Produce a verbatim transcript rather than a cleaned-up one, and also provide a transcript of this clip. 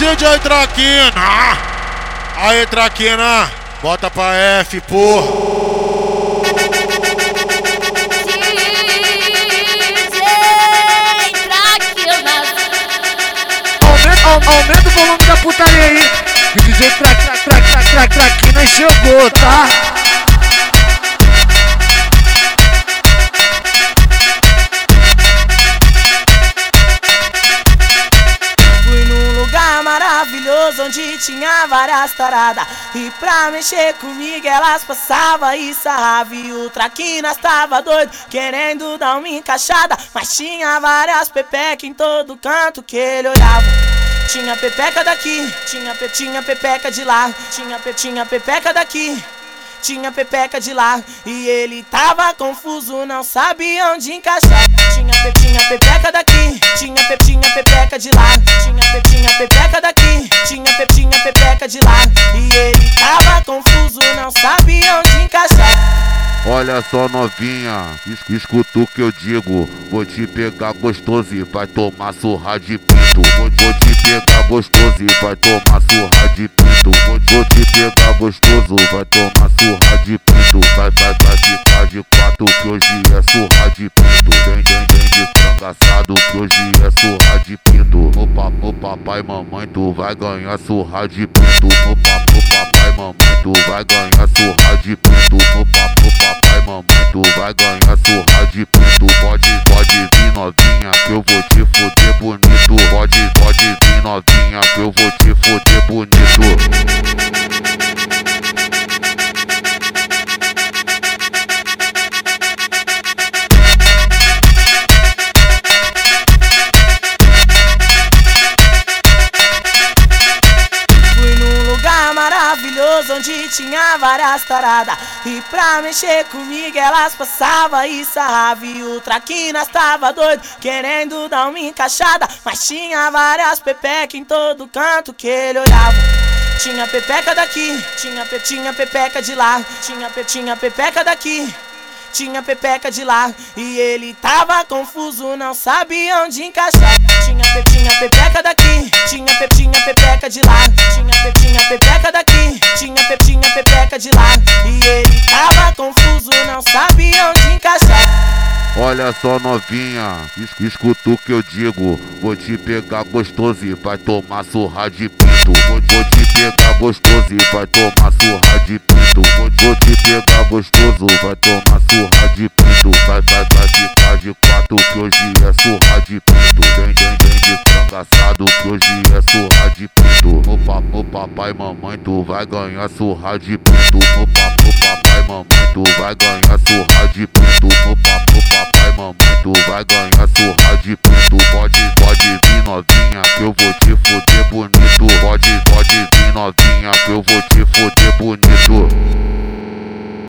D J Traquina. Aí, Traquina, bota pra F, pô. Aumenta o volume da putaria aí. O D J Tra, tra, tra, tra, tra, Traquina chegou, tá? Fui num lugar maravilhoso onde tinha várias taradas, e pra mexer comigo elas passavam e sarravam. E o Traquinas tava doido, querendo dar uma encaixada, mas tinha várias pepeca em todo canto que ele olhava. Tinha pepeca daqui, tinha, pe, tinha pepeca de lá, tinha, pe, tinha pepeca daqui, tinha pepeca de lá. E ele tava confuso, não sabia onde encaixar. Tinha, pe, tinha pepeca daqui, tinha, pe, tinha pepeca de lá, tinha, pe, tinha pepeca daqui, tinha, pe, tinha pepeca de lá. E ele tava confuso, não sabia onde encaixar. Olha só, novinha, escuta o que eu digo. Vou te pegar gostoso e vai tomar surra de pinto. Vou, vou te pegar gostoso e vai tomar surra de pinto. Vou, vou te pegar gostoso, vai tomar surra de pinto. Vai, vai, vai ficar de quatro que hoje é surra de pinto. Vem, vem, vem de frangaçado que hoje é surra de pinto. No papo, papai e mamãe, tu vai ganhar surra de pinto. No papo, papai e mamãe, tu vai ganhar surra de pinto. No papo, papai e mamãe, tu vai ganhar surra de pinto. Pode, pode vir novinha que eu vou te foder bonito. Pode, pode vir novinha que eu vou te foder bonito. Maravilhoso onde tinha várias taradas, e pra mexer comigo elas passavam e sarravam. E o Traquinas tava doido, querendo dar uma encaixada, mas tinha várias pepeca em todo canto que ele olhava. Tinha pepeca daqui, tinha, pe, tinha pepeca de lá, tinha, pe, tinha pepeca daqui, tinha pepeca de lá. E ele tava confuso, não sabia onde encaixar. Tinha, pe, tinha pepeca daqui, tinha, pe, tinha pepeca de lá, tinha, pe, tinha pepeca daqui, tinha, pe, tinha pepeca de lá. E ele tava confuso, não sabia onde encaixar. Olha só, novinha, escuta o que eu digo. Vou te pegar gostoso e vai tomar surra de pinto. Vou, vou te pegar gostoso e vai tomar surra de pinto. Vou, vou te pegar gostoso, vai tomar surra de pinto. Vai, vai, vai ficar de quatro que hoje é surra de pinto. Vem, vem, vem de frangaçado que hoje é surra de pinto. No papo, papai e mamãe, tu vai ganhar surra de pinto. No papo, papai e mamãe, tu vai ganhar surra de pinto. No papo, papai e mamãe, tu vai ganhar surra de pinto. Pode, pode vir novinha que eu vou te foder bonito. Pode, pode vir novinha que eu vou te foder bonito.